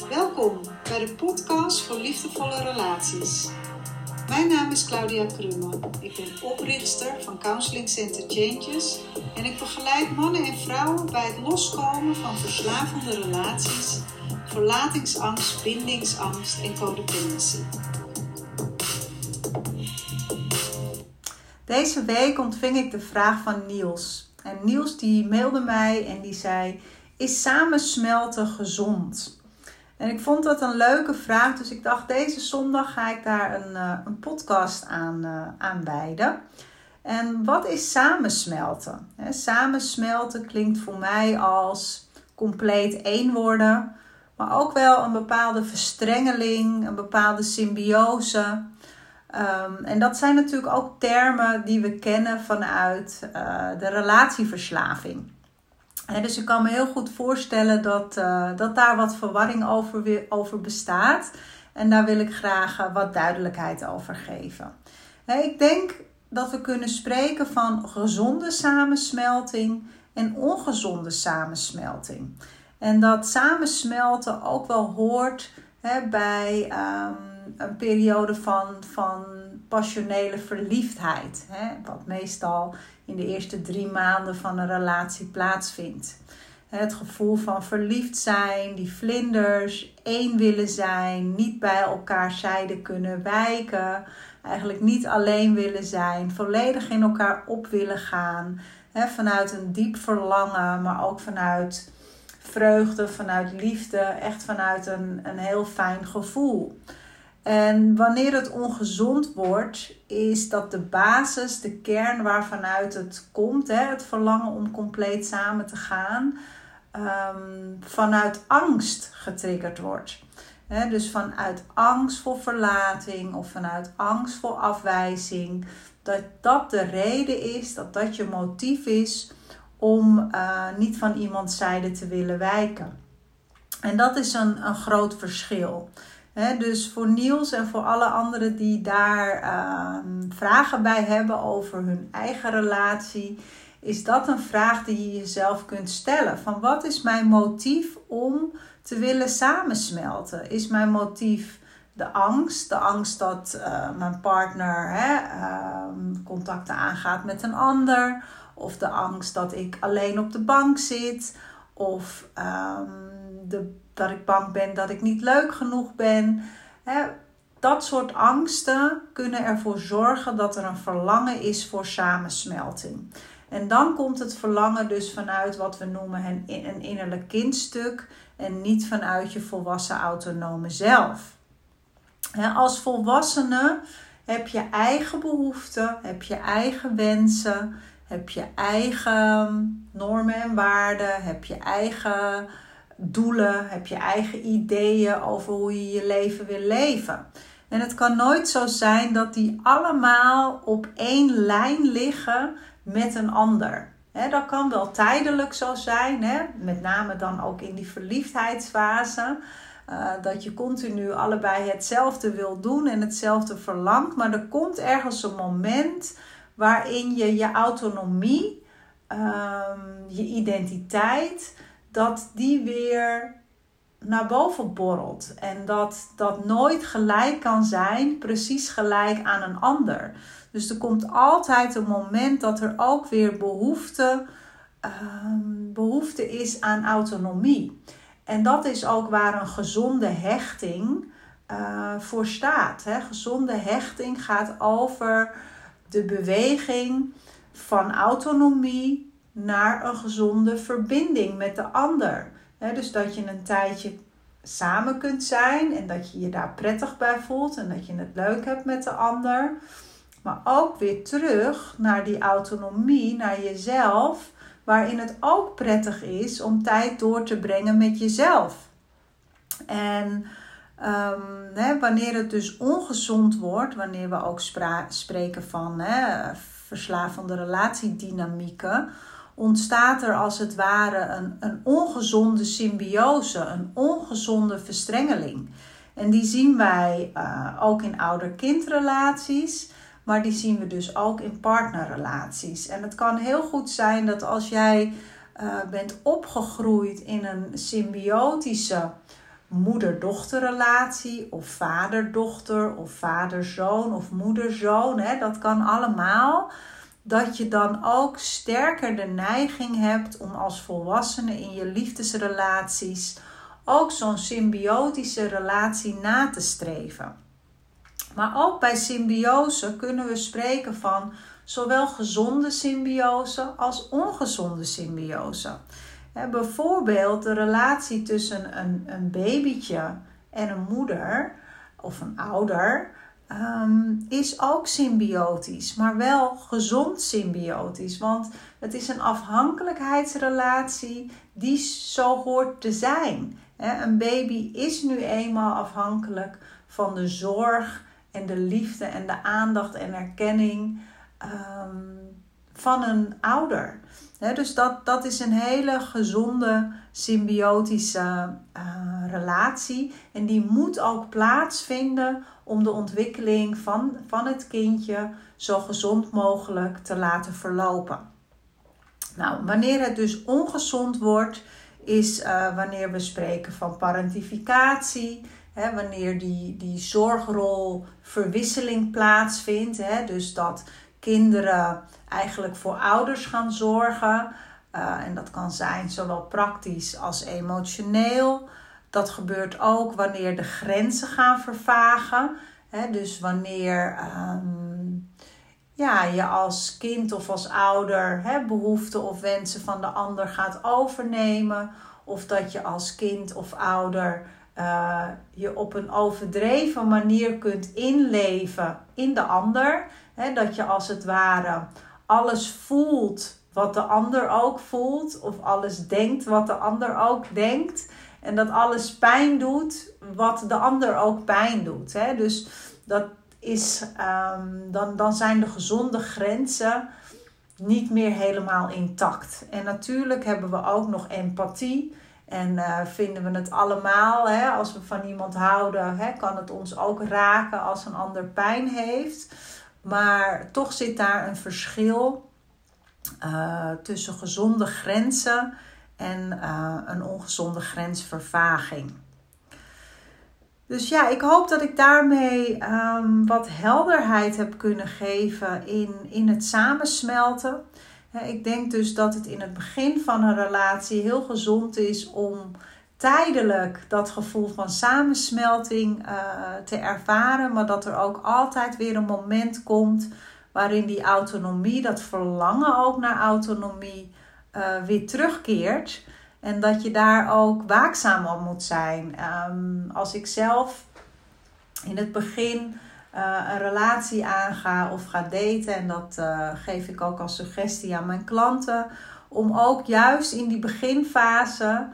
Welkom bij de podcast voor liefdevolle relaties. Mijn naam is Claudia Krumme. Ik ben oprichter van Counseling Center Changes en ik begeleid mannen en vrouwen bij het loskomen van verslavende relaties, verlatingsangst, bindingsangst en codependency. Deze week ontving ik de vraag van Niels. En Niels die mailde mij en die zei: is samensmelten gezond? En ik vond dat een leuke vraag, dus ik dacht deze zondag ga ik daar een podcast aan wijden. En wat is samensmelten? Samensmelten klinkt voor mij als compleet één worden, maar ook wel een bepaalde verstrengeling, een bepaalde symbiose. En dat zijn natuurlijk ook termen die we kennen vanuit de relatieverslaving. Dus ik kan me heel goed voorstellen dat daar wat verwarring over bestaat. En daar wil ik graag wat duidelijkheid over geven. Ik denk dat we kunnen spreken van gezonde samensmelting en ongezonde samensmelting. En dat samensmelten ook wel hoort bij een periode van passionele verliefdheid. Wat meestal in de eerste 3 maanden van een relatie plaatsvindt. Het gevoel van verliefd zijn, die vlinders, één willen zijn, niet bij elkaar zijde kunnen wijken. Eigenlijk niet alleen willen zijn, volledig in elkaar op willen gaan. Vanuit een diep verlangen, maar ook vanuit vreugde, vanuit liefde, echt vanuit een heel fijn gevoel. En wanneer het ongezond wordt, is dat de basis, de kern waarvanuit het komt, het verlangen om compleet samen te gaan, vanuit angst getriggerd wordt. Dus vanuit angst voor verlating of vanuit angst voor afwijzing, dat de reden is, dat je motief is om niet van iemands zijde te willen wijken. En dat is een groot verschil. Dus voor Niels en voor alle anderen die daar vragen bij hebben over hun eigen relatie, is dat een vraag die je jezelf kunt stellen. Van wat is mijn motief om te willen samensmelten? Is mijn motief de angst dat mijn partner contacten aangaat met een ander? Of de angst dat ik alleen op de bank zit? Of dat ik bang ben dat ik niet leuk genoeg ben. Dat soort angsten kunnen ervoor zorgen dat er een verlangen is voor samensmelting. En dan komt het verlangen dus vanuit wat we noemen een innerlijk kindstuk en niet vanuit je volwassen autonome zelf. Als volwassene heb je eigen behoeften, heb je eigen wensen, heb je eigen normen en waarden, heb je eigen doelen, heb je eigen ideeën over hoe je je leven wil leven. En het kan nooit zo zijn dat die allemaal op één lijn liggen met een ander. Dat kan wel tijdelijk zo zijn, met name dan ook in die verliefdheidsfase. Dat je continu allebei hetzelfde wil doen en hetzelfde verlangt. Maar er komt ergens een moment waarin je autonomie, je identiteit, dat die weer naar boven borrelt. En dat nooit gelijk kan zijn, precies gelijk aan een ander. Dus er komt altijd een moment dat er ook weer behoefte is aan autonomie. En dat is ook waar een gezonde hechting voor staat. Gezonde hechting gaat over de beweging van autonomie naar een gezonde verbinding met de ander. Dus dat je een tijdje samen kunt zijn en dat je je daar prettig bij voelt en dat je het leuk hebt met de ander. Maar ook weer terug naar die autonomie, naar jezelf, waarin het ook prettig is om tijd door te brengen met jezelf. En wanneer het dus ongezond wordt, wanneer we ook spreken van verslavende relatiedynamieken, ontstaat er als het ware een ongezonde symbiose, een ongezonde verstrengeling. En die zien wij ook in ouder-kindrelaties, maar die zien we dus ook in partnerrelaties. En het kan heel goed zijn dat als jij bent opgegroeid in een symbiotische moeder-dochterrelatie of vader-dochter of vader-zoon of moeder-zoon. Dat kan allemaal. Dat je dan ook sterker de neiging hebt om als volwassene in je liefdesrelaties ook zo'n symbiotische relatie na te streven. Maar ook bij symbiose kunnen we spreken van zowel gezonde symbiose als ongezonde symbiose. Bijvoorbeeld de relatie tussen een babytje en een moeder of een ouder is ook symbiotisch, maar wel gezond symbiotisch. Want het is een afhankelijkheidsrelatie die zo hoort te zijn. Een baby is nu eenmaal afhankelijk van de zorg en de liefde en de aandacht en erkenning van een ouder. Dus dat is een hele gezonde symbiotische relatie. En die moet ook plaatsvinden om de ontwikkeling van het kindje zo gezond mogelijk te laten verlopen. Nou, wanneer het dus ongezond wordt, is wanneer we spreken van parentificatie. Wanneer die zorgrolverwisseling plaatsvindt. Dus dat kinderen eigenlijk voor ouders gaan zorgen. En dat kan zijn zowel praktisch als emotioneel. Dat gebeurt ook wanneer de grenzen gaan vervagen. Dus wanneer je als kind of als ouder behoeften of wensen van de ander gaat overnemen. Of dat je als kind of ouder je op een overdreven manier kunt inleven in de ander. Dat je als het ware alles voelt wat de ander ook voelt. Of alles denkt wat de ander ook denkt. En dat alles pijn doet wat de ander ook pijn doet. Dus dat is, dan zijn de gezonde grenzen niet meer helemaal intact. En natuurlijk hebben we ook nog empathie. En vinden we het allemaal, als we van iemand houden, kan het ons ook raken als een ander pijn heeft. Maar toch zit daar een verschil tussen gezonde grenzen en een ongezonde grensvervaging. Dus ja, ik hoop dat ik daarmee wat helderheid heb kunnen geven in het samensmelten. Ik denk dus dat het in het begin van een relatie heel gezond is om tijdelijk dat gevoel van samensmelting te ervaren. Maar dat er ook altijd weer een moment komt waarin die autonomie, dat verlangen ook naar autonomie, weer terugkeert. En dat je daar ook waakzaam op moet zijn. Als ik zelf in het begin een relatie aanga of ga daten. En dat geef ik ook als suggestie aan mijn klanten. Om ook juist in die beginfase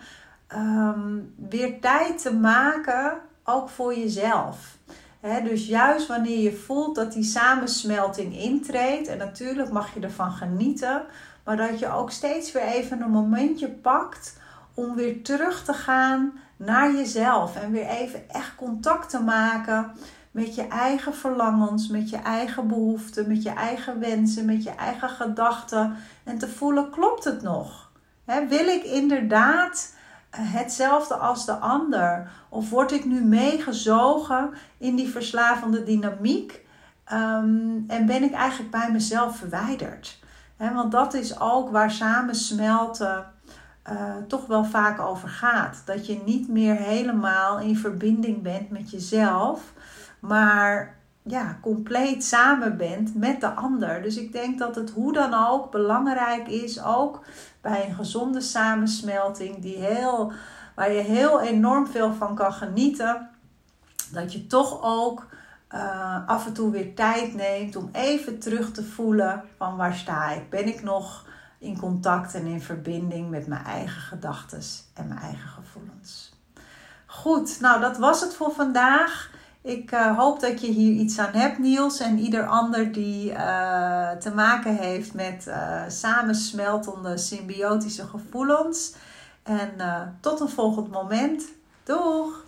weer tijd te maken. Ook voor jezelf. Dus juist wanneer je voelt dat die samensmelting intreedt. En natuurlijk mag je ervan genieten. Maar dat je ook steeds weer even een momentje pakt om weer terug te gaan naar jezelf. En weer even echt contact te maken met je eigen verlangens, met je eigen behoeften, met je eigen wensen, met je eigen gedachten. En te voelen, klopt het nog? Wil ik inderdaad hetzelfde als de ander? Of word ik nu meegezogen in die verslavende dynamiek? En ben ik eigenlijk bij mezelf verwijderd? Want dat is ook waar samensmelten toch wel vaak over gaat. Dat je niet meer helemaal in verbinding bent met jezelf, maar compleet samen bent met de ander. Dus ik denk dat het hoe dan ook belangrijk is, ook bij een gezonde samensmelting waar je heel enorm veel van kan genieten, dat je toch ook af en toe weer tijd neemt om even terug te voelen van waar sta ik? Ben ik nog in contact en in verbinding met mijn eigen gedachten en mijn eigen gevoelens? Goed, nou dat was het voor vandaag. Ik hoop dat je hier iets aan hebt, Niels, en ieder ander die te maken heeft met samensmeltende symbiotische gevoelens. En tot een volgend moment. Doeg!